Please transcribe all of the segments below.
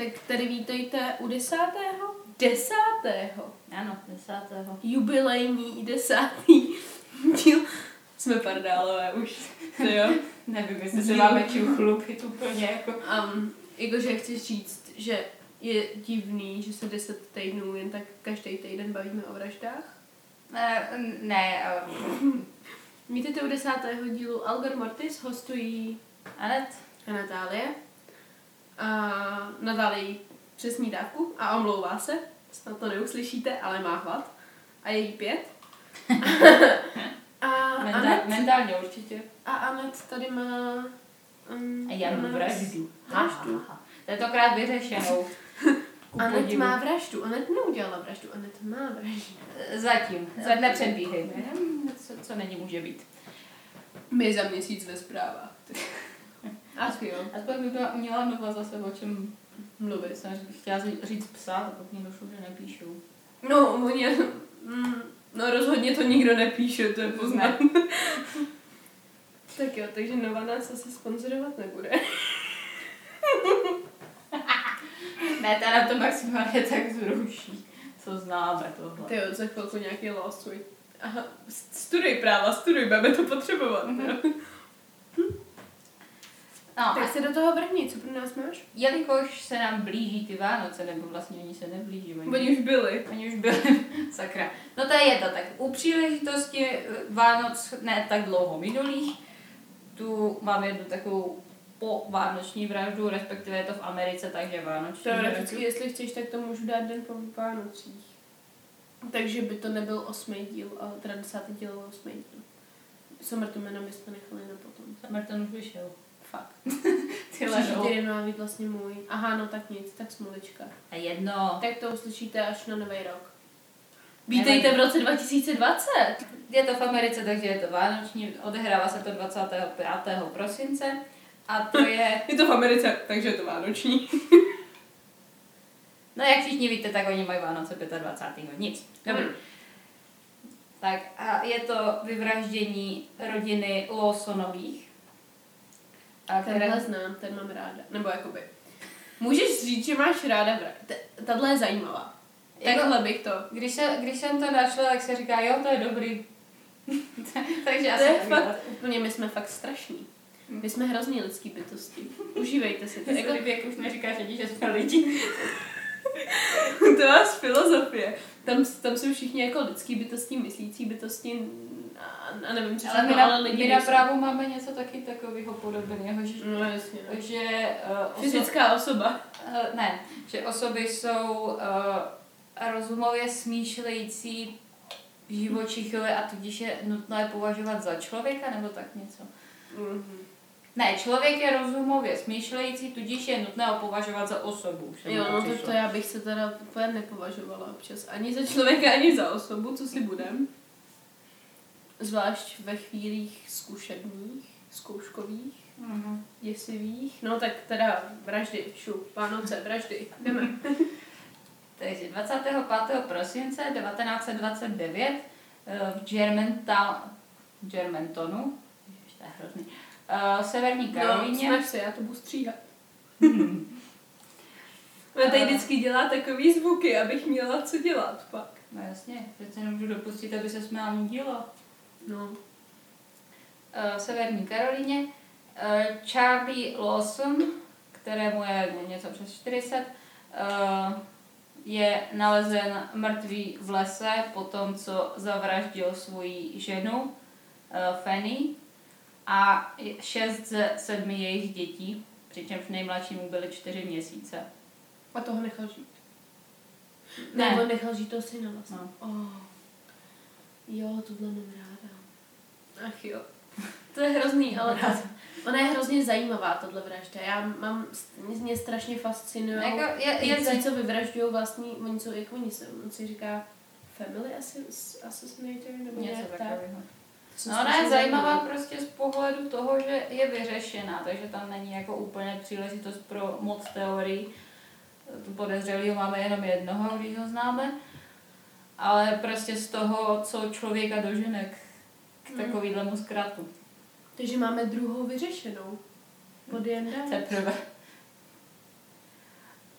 Tak tady vítejte u 10. Ano, 10. Jubilejní 10. díl. Jsme pardálové už, to jo? Nevím, jestli se máme čím chlupit úplně jako... Jakože chci říct, že je divný, že se 10 týdnů jen tak každý týden bavíme o vraždách. Ne, Vítejte u 10. dílu Algor Mortis, hostují Anet a Natálie. A Natálie přesní dávku a omlouvá se, snad to neuslyšíte, ale má hlad. A je jí 5. Mentálně určitě. A Anet tady má... A já mám vraždu. Vraždu. Tentokrát vyřešenou. Anet má vraždu. Anet neudělala vraždu. Anet má vraždu. Zatím. Nepředbíhejme. Co není, může být. My za měsíc ve zprávách. Asi jo. Aspoň by měla mluvit zase o čem mluvit. Jsem chtěla říct psa, a pak mě došlo, že nepíšou. No, no rozhodně to nikdo nepíše, to je poznat. Tak jo, takže Nova nás asi sponzorovat nebude. Ne, teda to maximálně tak zruší. Co známe tohle. Ty jo, za chvilku nějaký lawsuit. Aha, studuj práva, budeme to potřebovat. No, tak se do toho vrhni, co pro nás máš? Jelikož se nám blíží ty Vánoce, nebo vlastně oni se neblíží. Oni už byli. Sakra. No to je to tak. U příležitosti Vánoc ne tak dlouho minulých, tu mám jednu takovou po-vánoční vraždu, respektive je to v Americe, takže vánoční teoreticky, jestli chceš, tak to můžu dát den po Vánocích. Takže by to nebyl 8. díl, ale teda 10. díl byl 8. díl. Summertona bychom nechali na potom. Summerton už vyšel. Fakt. Příští týden má být vlastně můj. Aha, no tak nic, tak smolička. A jedno. Tak to uslyšíte až na nový rok. Vítejte v roce 2020! Je to v Americe, takže je to vánoční, odehrává se to 25. prosince a to je... Je to v Americe, takže je to vánoční. No jak všichni víte, tak oni mají Vánoce 25. Nic. Dobrý. Tak a je to vyvraždění rodiny Lawsonových. Tenhle znám, ten mám ráda. Nebo jakoby. Můžeš říct, že máš ráda tahle je zajímavá. Takhle bych to. Když jsem to našla, tak se říká, jo, to je dobrý. Takže to je fakt, úplně, my jsme fakt strašní. My jsme hrozný lidský bytosti. Užívejte si to. Jak už neříkáš ani, že jsme lidi. To je z filozofie. Tam jsou všichni jako lidský bytosti, myslící bytosti a nevím, co všechno, ale lidi my na právu máme něco taky takového podobného, že, no, jasně, no. Že fyzická osoba. Ne, že osoby jsou rozumově smýšlející živočichové a tudíž je nutné je považovat za člověka, nebo tak něco. Mm-hmm. Ne, člověk je rozumově smýšlející, tudíž je nutné ho považovat za osobu. Jo, no to já bych se teda úplně nepovažovala občas. Ani za člověka, ani za osobu, co si budem. Zvlášť ve chvílích zkušebních, zkouškových, děsivých. No tak teda vraždy, Vánoce, vraždy, jdeme. Takže 25. prosince 1929 v Germantonu, to je hrozný, v Severní Karolíně. No, snaž se, já to budu stříhat. A tady vždycky dělá takový zvuky, abych měla co dělat pak. No jasně, přece nemůžu dopustit, aby se smálně dílo. No. V Severní Karolíně Charlie Lawson, kterému je něco přes 40, je nalezen mrtvý v lese po tom, co zavraždil svoji ženu Fanny a 6 ze 7 jejich dětí, přičemž nejmladšímu byly 4 měsíce. A toho nechal žít? Ne. Nebo nechal žít toho syna vlastně. No. Oh. Jo, tohle mám ráda. Ach jo. To je hrozný, ale ona je hrozně zajímavá, tahle vražda. Mě strašně fascinují ty, co vyvražďují vlastní, on si říká family assassinator, nebo něco takového. No ona je zajímavá prostě z pohledu toho, že je vyřešená, takže tam není jako úplně příležitost pro moc teorií. Podezřelýho máme jenom jednoho, když ho známe, ale prostě z toho, co člověka dožene k takovýhlemu zkratu. Takže máme druhou vyřešenou. Pod jen Teprve.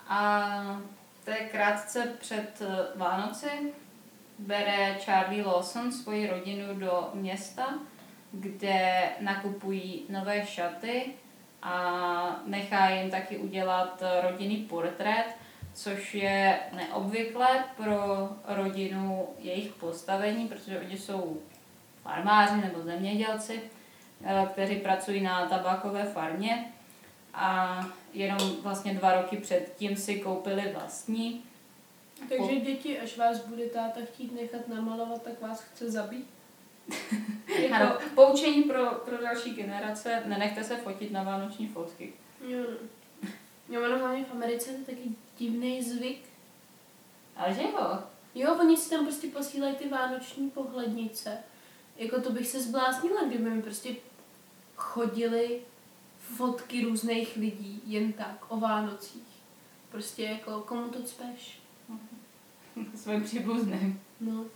A to je krátce před Vánoci. Bere Charlie Lawson svoji rodinu do města, kde nakupují nové šaty a nechá jim taky udělat rodinný portrét, což je neobvyklé pro rodinu jejich postavení, protože oni jsou farmáři nebo zemědělci, kteří pracují na tabákové farmě a jenom vlastně 2 roky předtím si koupili vlastní. Takže děti, až vás bude táta chtít nechat namalovat, tak vás chce zabít? Ano, poučení pro další generace, nenechte se fotit na vánoční fotky. Jo, ono hlavně v Americe je to taky divný zvyk. Ale že jo? Jo, oni si tam prostě posílají ty vánoční pohlednice. Jako to bych se zbláznila, kdyby mi prostě chodily fotky různých lidí jen tak o Vánocích. Prostě jako komu to cpeš? Svým příbuzným. No.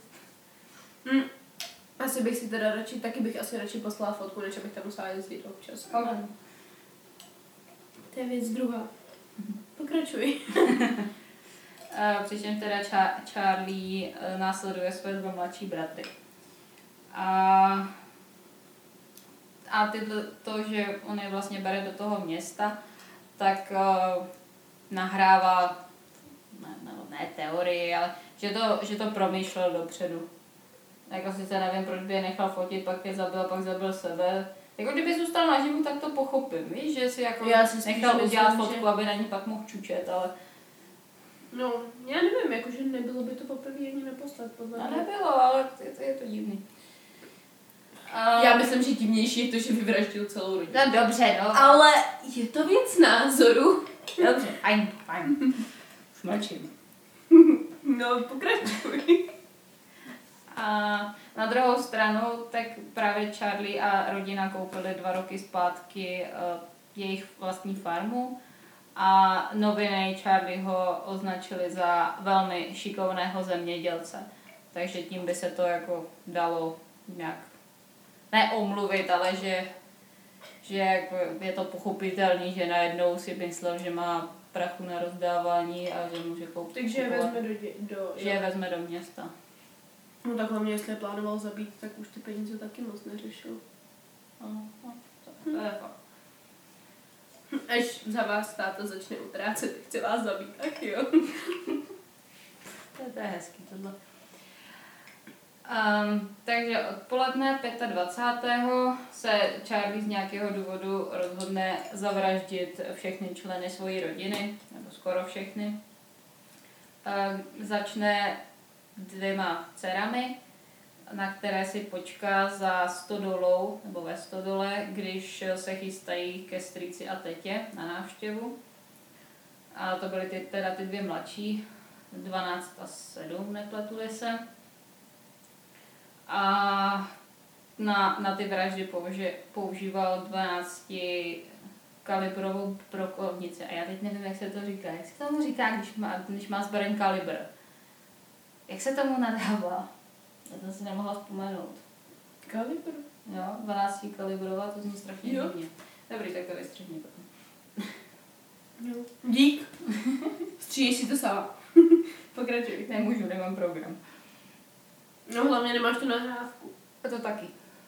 Asi bych si teda taky bych asi radši poslala fotku, než abych tam musela jezdit občas. Ale to je věc druhá. Pokračuj. Přičemž teda Charlie následuje své 2 mladší bratry. A to, že on je vlastně bere do toho města, tak nahrává ne teorii, ale že to promýšlel dopředu. Jako sice nevím, proč by je nechal fotit, pak je zabil, pak zabil sebe. Jako kdyby zůstal naživu, tak to pochopím, víš, že si jako nechal udělat fotku, aby na ní pak mohl čučet, ale... No, já nevím, jakože nebylo by to poprvé ani naposled, podle mě. Nebylo, ale je to divný. Já myslím, že divnější je to, že vyvraždil celou rodinu. No dobře, no. Ale je to věc názoru. Dobře, fajn. Už mlčím. No, pokračuj. A na druhou stranu, tak právě Charlie a rodina koupili 2 roky zpátky jejich vlastní farmu a noviny Charlieho označili za velmi šikovného zemědělce. Takže tím by se to jako dalo nějak neomluvit, ale že jako je to pochopitelný, že najednou si myslel, že má prachu na rozdávání a že může koupit. Takže je vezme do města. No tak hlavně, jestli je plánoval zabít, tak už ty peníze taky moc neřešil. To je fakt. Až za vás táta začne utrácet, chce vás zabít, ach jo. To je hezký tohle. Takže odpoledne 25. se Charlie z nějakého důvodu rozhodne zavraždit všechny členy své rodiny, nebo skoro všechny. Začne 2 dcerami, na které si počká za stodolou, nebo ve stodole, když se chystají ke strýci a tetě na návštěvu. A to byly teda ty 2 mladší, 12 a 7, nepletu-li se. A na ty vraždy používal 12 kalibrovou brokovnici. A já teď nevím, jak se to říká. Jak se tomu říká, když má zbraň kalibr? Jak se tomu nadává? Já jsem si nemohla vzpomenout. Kalibr? Jo, 12 kalibrová, to zní strašně divně. Dobrý, tak to vystřihni potom. Jo. Dík. Stříješ si to sama. Pokračuj. Nemůžu, nemám program. No hlavně nemáš tu nahrávku. A to taky.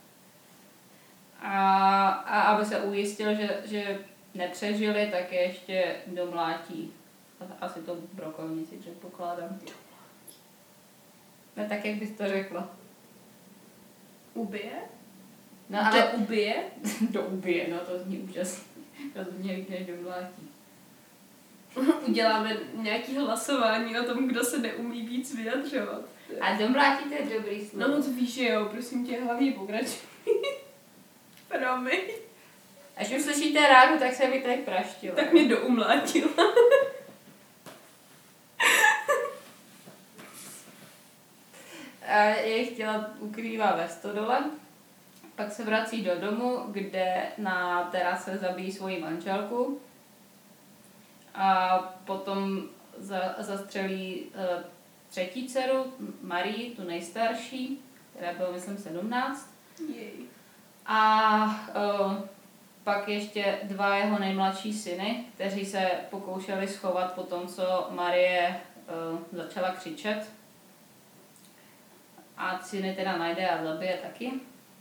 A aby se ujistil, že nepřežili, tak je ještě domlátí. Asi to brokovnici, předpokládám. Ne tak, jak bys to řekla. Ubije? No ale... ubije? Ubije, no to zní úžasně. Rozhodně líp než domlátí. Uděláme nějaké hlasování o tom, kdo se neumí víc vyjadřovat. A domlátí to je dobrý slovo. No to víš, že jo, prosím tě, hlavně pokračuj. Promiň. Až už slyšíte rádu, tak se mi tak praštila. Tak mě doumlátila. A jejich těla ukrývá ve stodole. Pak se vrací do domu, kde na terase zabíjí svoji manželku. A potom zastřelí 3. dceru, Marii, tu nejstarší, která byla, myslím, 17. Jej. A pak ještě 2 jeho nejmladší syny, kteří se pokoušeli schovat po tom, co Marie začala křičet. A syny teda najde a zabije taky.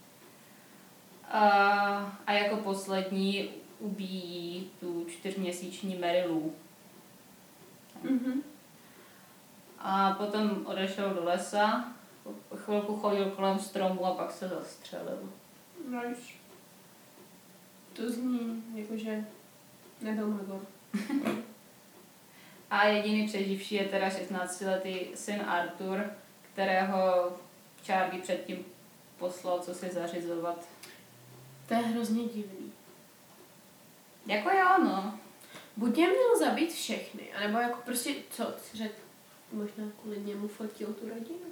A jako poslední ubíjí tu 4měsíční Mary Lou. Mhm. A potom odešel do lesa, chvilku chodil kolem stromu a pak se zastřelil. Nice. To zní jakože nebyl magor. A jediný přeživší je teda 16letý syn Arthur, kterého Charlie předtím poslal, co si zařizovat. To je hrozně divný. Jako jo, no. Buď je měl zabít všechny, anebo jako prostě, co si řekl, možná kvůli němu fotil tu rodinu.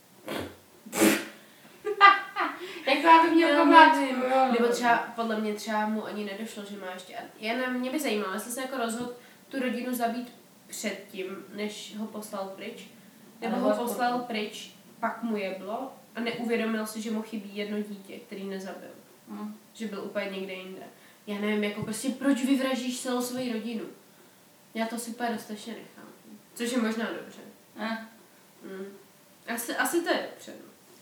Jak to by měl památku. Nebo třeba, podle mě třeba mu ani nedošlo, že má ještě. Jen mě by zajímalo, jestli se jako rozhodl tu rodinu zabít předtím, než ho poslal pryč. Nebo ho poslal pryč, pak mu jeblo a neuvědomil si, že mu chybí jedno dítě, který nezabil. Že byl úplně někde jinde. Já nevím, jako prostě proč vyvražíš celou svoji rodinu? Já to si úplně dostatečně nechám. Což je možná dobře. Asi to je dobře.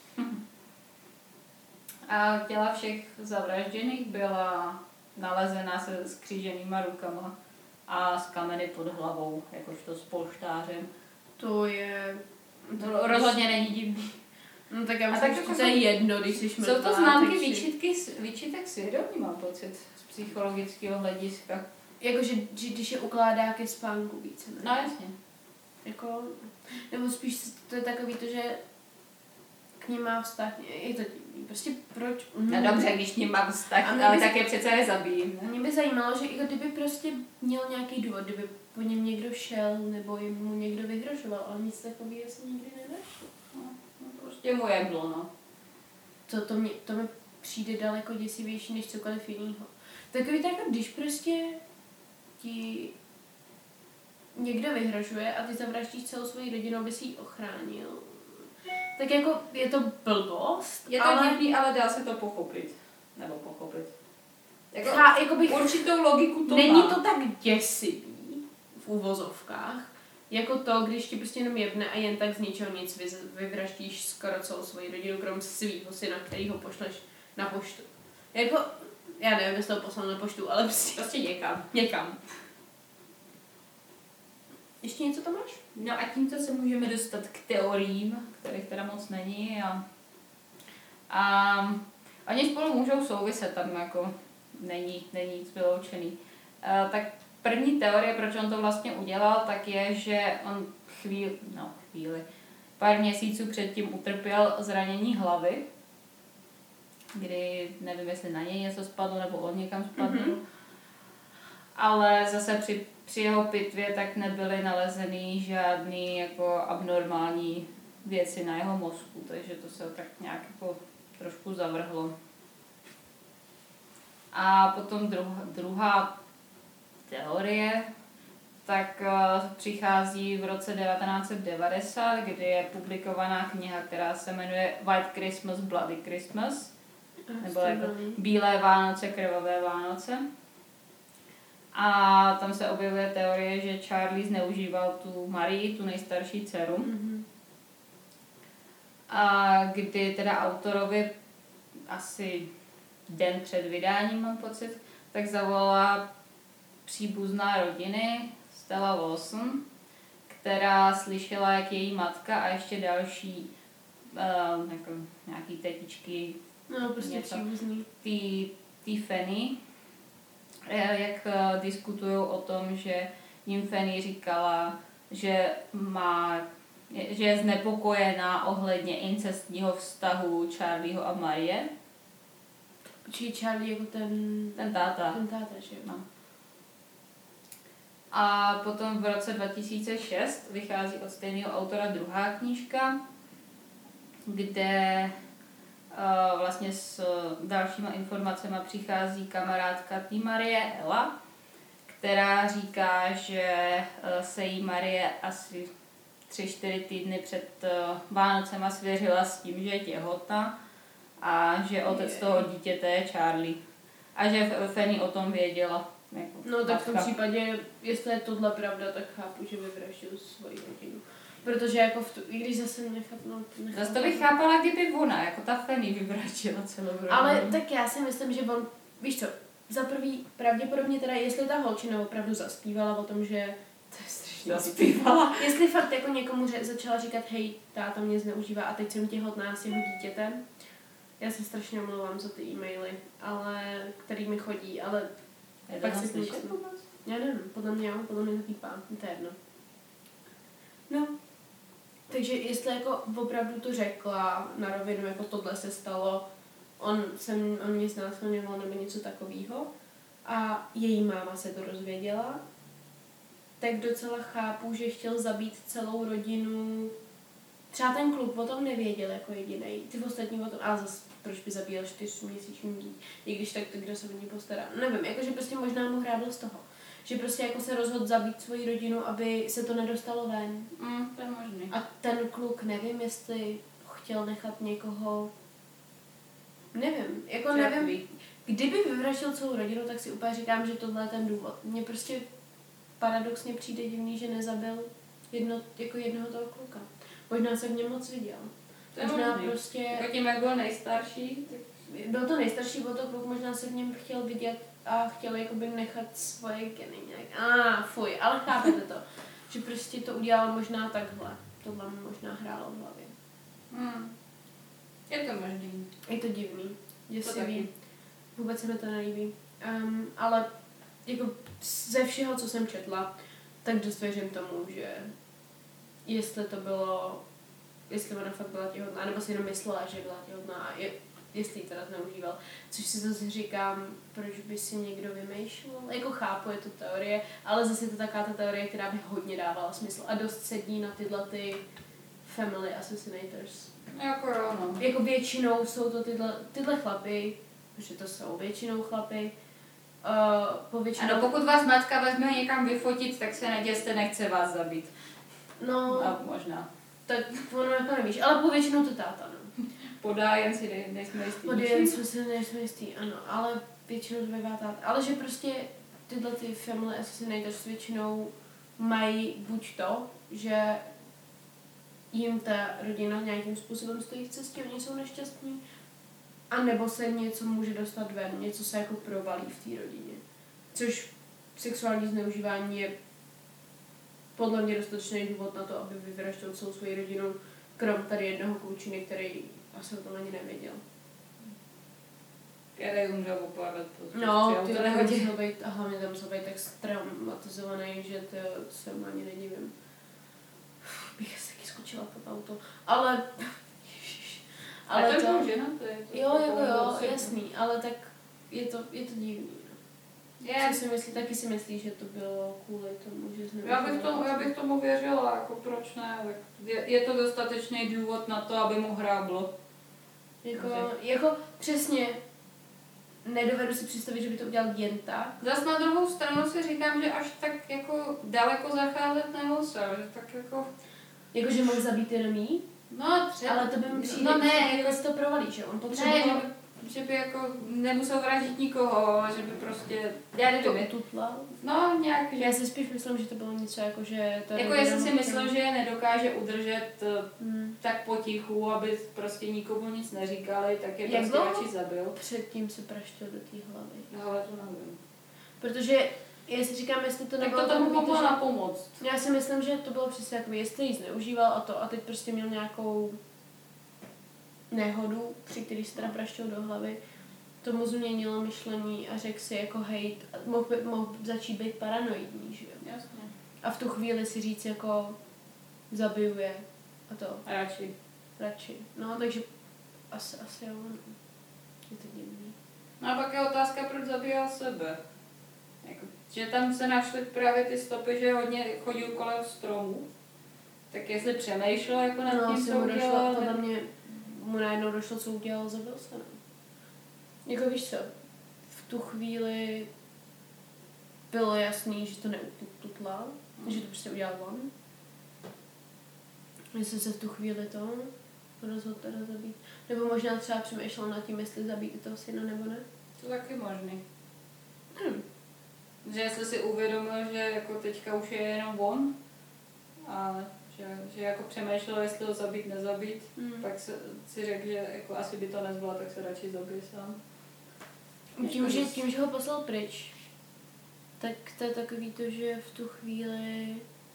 A těla všech zavražděných byla nalezena se skříženýma rukama a s kameny pod hlavou, jakožto s polštářem. To je... To rozhodně není divný. No tak já myslím, že to je jedno, když jsi mrtvá. Jsou to známky výčitek svědomí, mám pocit, z psychologického hlediska. Jakože když je ukládá ke spánku více, ne? No jasně. Jako, nebo spíš to je takový to, že k ním má vztah, je to divný. Prostě proč? No dobře, když k ním má vztah, ale tak je přece nezabijím. Mě by zajímalo, že i kdyby prostě měl nějaký důvod, kdyby po něm někdo šel, nebo mu někdo vyhrožoval, ale nic takového se nikdy nenašlo. Prostě mu jeblo, no. To mi přijde daleko děsivější než cokoliv jiného. Takový tak, když prostě ti někdo vyhrožuje a ty zavraždíš celou svoji rodinu, aby si ji ochránil, tak jako je to blbost. Je to divný, ale dá se to pochopit. Nebo pochopit. Určitou logiku to není má. to tak děsivý v uvozovkách, jako to, když ti prostě jenom jebne a jen tak z ničeho nic vyvraždíš skoro celou svoji rodinu, krom svýho syna, který ho pošleš na poštu. Jako, já nevím, jestli ho poslal na poštu, ale prostě někam. Ještě něco tam máš? No a tímto se můžeme dostat k teoriím, kterých teda moc není a oni spolu můžou souviset, tam jako není nic vyloučený. Tak první teorie, proč on to vlastně udělal, tak je, že on pár měsíců předtím utrpěl zranění hlavy, kdy nevím, jestli na něj něco spadlo, nebo on někam spadl. Ale zase při jeho pitvě tak nebyly nalezeny žádný jako abnormální věci na jeho mozku, takže to se tak nějak jako trošku zavrhlo. A potom druhá teorie, tak přichází v roce 1990, kdy je publikovaná kniha, která se jmenuje White Christmas, Bloody Christmas, nebo jako Bílé Vánoce, krvavé Vánoce. A tam se objevuje teorie, že Charlie zneužíval tu Marii, tu nejstarší dceru. A kdy teda autorovi asi den před vydáním, mám pocit, tak zavolala příbuzná rodiny Stella Lawson, která slyšela, jak její matka a ještě další jako nějaký tetičky, prostě příbuzný. Ty Fanny, jak diskutují o tom, že jim Fanny říkala, že je znepokojená ohledně incestního vztahu Charlieho a Marie. Počkej, Charlie jako ten táta, že jo? No. A potom v roce 2006 vychází od stejného autora druhá knížka, kde vlastně s dalšíma informacemi přichází kamarádka té Marie, Ella, která říká, že se jí Marie asi 3-4 týdny před Vánocema svěřila s tím, že je těhotná a že otec toho dítěte je Charlie. A že Fanny o tom věděla. Jako no tak v tom případě, jestli je tohle pravda, tak chápu, že vyvraždil svoji rodinu. Protože jako i když zase nechápu. Zase to bych chápala, kdyby ona, jako ta Fanny vyvraždila celou rodinu. Ale tak já si myslím, že on, víš co, za prvý pravděpodobně teda, jestli ta holčina opravdu zaspívala o tom, že to je strašně zaspívala. Jestli fakt jako někomu začala říkat, hej, táta mě zneužívá a teď jsem těhotná s jeho dítětem. Já se strašně omlouvám za ty e-maily, který mi chodí, ale je pak si slyšet vůbec? Já nevím, podle mě to pípá, to je jedno. No, takže jestli jako opravdu to řekla na rovinu, jako tohle se stalo, on mě znásilňoval nebo něco takového a její máma se to dozvěděla, tak docela chápu, že chtěl zabít celou rodinu. Třeba ten kluk o tom nevěděl jako jedinej. Ty ostatní o tom, ale zase proč by zabíjel 4měsíční dítě, i když tak kdo se o ní postará. Nevím, jakože prostě možná mu hrábl z toho. Že prostě jako se rozhodl zabít svoji rodinu, aby se to nedostalo ven. To je možný. A ten kluk, nevím, jestli chtěl nechat někoho, nevím, jako nevím. Kdyby vyvraždil celou rodinu, tak si úplně říkám, že tohle je ten důvod. Mně prostě paradoxně přijde divný, že nezabil jednoho toho kluka. Možná se v něm moc viděl. To je možná možný. Prostě... Jako tím, jak byl nejstarší. Tak... Byl to nejstarší, byl to kluk, možná se v něm chtěl vidět a chtěl jakoby nechat svoje geny nějak. Fuj, ale chápete to. Že prostě to udělal možná takhle. Tohle mu možná hrálo v hlavě. Je to možný. Je to divný. Děsivý. Vůbec se mi to nelíbí. Ale jako ze všeho, co jsem četla, tak dost věřím tomu, že jestli ona fakt byla těhotná, nebo si jenom myslela, že byla těhotná a jestli ji teda zneužíval. Což si zase říkám, proč by si někdo vymýšlel. Jako chápu, je to teorie, ale zase je to taková ta teorie, která by hodně dávala smysl a dost sedí na tyhle ty family assassinators. Jako jo, no. Jako většinou jsou to tyhle chlapy, protože to jsou většinou chlapy. Ano, pokud vás matka vezme někam vyfotit, tak se neděste, nechce vás zabít. No, možná. Tak ono jako nevíš, ale povětšinou to táta, no. Podájen si nejsme jistý. Podájen si nejsme jistý, ano, ale většinou to bývá táta. Ale že prostě tyhle ty family assassinators většinou mají buď to, že jim ta rodina nějakým způsobem stojí v cestě, oni jsou nešťastní, a nebo se něco může dostat ven, něco se jako provalí v té rodině. Což sexuální zneužívání je podle mě dostatečný důvod na to, aby vyvraždil celou svoji rodinu, krom tady jednoho klučiny, který asi o tom ani nevěděl. Který umřel opádat. No, ty musel být, a hlavně tam musel být tak traumatizovaný, že to se mu ani nedivím. Bych se taky skočila pod auto, ale... Ale to je žena, to je... Jo, jasný, ale tak je to divný. Co si myslí, taky si myslí, že to bylo kvůli tomu, že zneužíval. Já bych tomu věřila, jako proč ne, tak je to dostatečný důvod na to, aby mu hráblo. Jako přesně, nedovedu si představit, že by to udělal jen tak. Zas na druhou stranu si říkám, že až tak jako daleko zacházet nemusel, že tak jako... Jako, že mohl zabít jenom jí? No třeba. Ale to by mi přijde, jako se to provalí, že on potřeboval... Ne, že by jako nemusel vraždit nikoho, že by prostě... Já nevím. Tutlal? No, nějak... Já si spíš myslím, že to bylo něco jako, že... Jako jestli si myslel, že je nedokáže udržet tak potichu, aby prostě nikomu nic neříkali, tak je prostě radši zabil. Předtím se praštil do té hlavy. No, ale to nevím. Protože já si říkám, jestli to nebylo... Tak to tomu pomohlo na pomoc. Já si myslím, že to bylo přesně jako, jestli ji zneužíval a teď prostě měl nějakou nehodu, při který se teda praštil do hlavy, tomu změnilo myšlení a řekl si jako hej, mohl začít být paranoidní, že jo? Jasně. A v tu chvíli si říct jako zabiju je a to. Radši. No, takže asi jo, je to divný. No a pak je otázka, proč zabíjel sebe. Jako, že tam se našly právě ty stopy, že hodně chodil kolem stromů. Tak jestli přemýšlel jako nad tím, co udělal. Podle mě mu najednou došlo, co udělal, zabil se. Jako víš co, v tu chvíli bylo jasný, že to neututlal, že to prostě udělal on. Jestli se v tu chvíli to rozhodl teda zabít. Nebo možná třeba přemýšlel nad tím, jestli zabít toho syna nebo ne. To taky možný. Že jestli si uvědomil, že jako teďka už je jenom on a že jako přemýšlel, jestli ho zabít, nezabít, pak si řekl, že jako asi by to nezvládl, tak se radši zabije sám. Tím, že ho poslal pryč, tak to je takový to, že v tu chvíli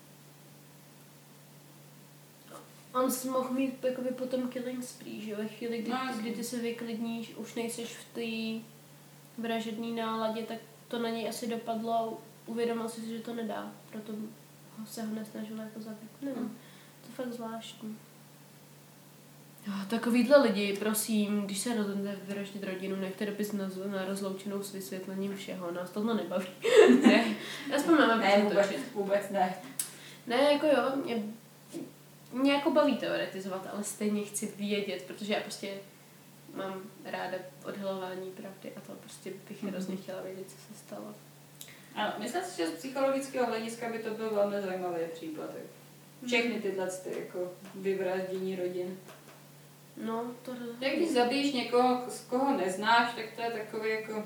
on mohl mít jakoby potom killing spree, že ve chvíli, kdy ty se vyklidníš, už nejseš v té vražedné náladě, tak to na něj asi dopadlo a uvědomil si, že to nedá, proto se ho nesnažil jako zabít. Nevím, to je fakt zvláštní. Takovýhle lidi, prosím, když se rozhodnete vyraždit rodinu, nechte dopis na rozloučenou s vysvětlením všeho, nás tohle nebaví. Ne, aspoň máme vůbec ne. Ne, jako jo, mě jako baví teoretizovat, ale stejně chci vědět, protože já prostě mám ráda odhalování pravdy a to prostě bych hrozně chtěla vědět, co se stalo. Ano, myslím si, že z psychologického hlediska by to byl velmi zajímavý případ. Všechny tyhle jako vyvraždění rodin. No, to... Jak když zabiješ někoho, z koho neznáš, tak to je takový jako...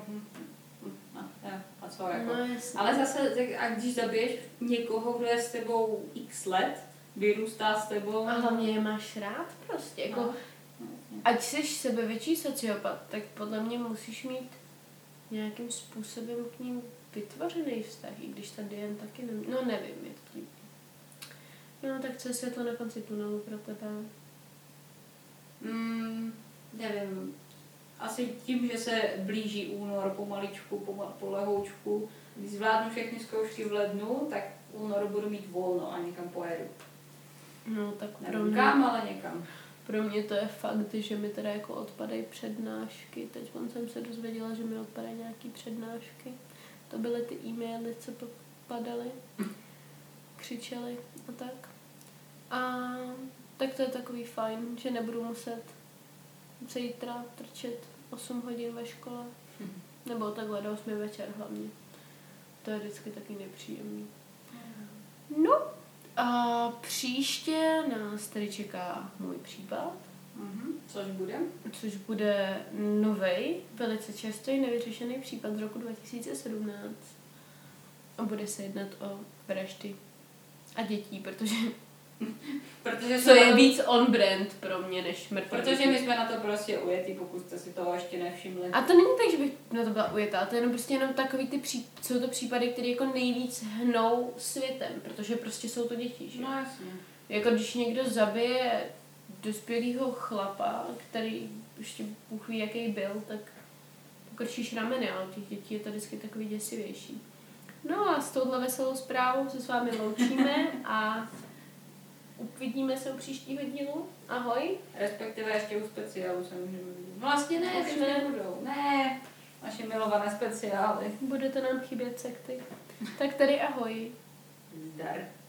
A co jako? No, ale zase, a když zabiješ někoho, kdo je s tebou x let, vyrůstá s tebou... A hlavně je máš rád prostě, jako... No. Ať jsi sebevětší sociopat, tak podle mě musíš mít nějakým způsobem k ním vytvořený vztah, i když ta Diane taky no nevím, je to tím. No tak co je světlo na konci tunelu pro tebe? Nevím. Asi tím, že se blíží únor pomaličku, polehoučku. Když zvládnu všechny zkoušky v lednu, tak v únoru budu mít volno a někam pojedu. No tak pro mě... Kam, ale někam. Pro mě to je fakt, že mi teda jako odpadají přednášky. Teď jsem se dozvěděla, že mi odpadají nějaký přednášky. To byly ty e-maily, co padaly, křičely a tak. A tak to je takový fajn, že nebudu muset zítra trčet 8 hodin ve škole. Nebo takhle do 8 večer hlavně. To je vždycky taky nepříjemný. No, a příště nás tady čeká můj případ. Což bude novej, velice častý nevyřešený případ z roku 2017. A bude se jednat o vraždy a dětí, protože to je víc on-brand pro mě než mrtvé. Protože my jsme na to prostě ujetí, pokud jste si toho ještě nevšimli. A to není tak, že bych na to byla ujetá, to je jenom takový jsou to případy, které jako nejvíc hnou světem, protože prostě jsou to děti, že? No jasně. Jako když někdo zabije dospělého chlapa, který ještě Bůh ví, jaký byl, tak pokrčíš rameny, ale těch dětí je to vždycky takový děsivější. No a s touhle veselou zprávou se s vámi loučíme a uvidíme se u příštího dílu. Ahoj. Respektive ještě u speciálu se můžeme vidět. Vlastně ne, už nebudou. Ne, naše milované speciály. Budete nám chybět sekty. Tak tady ahoj. Zdar.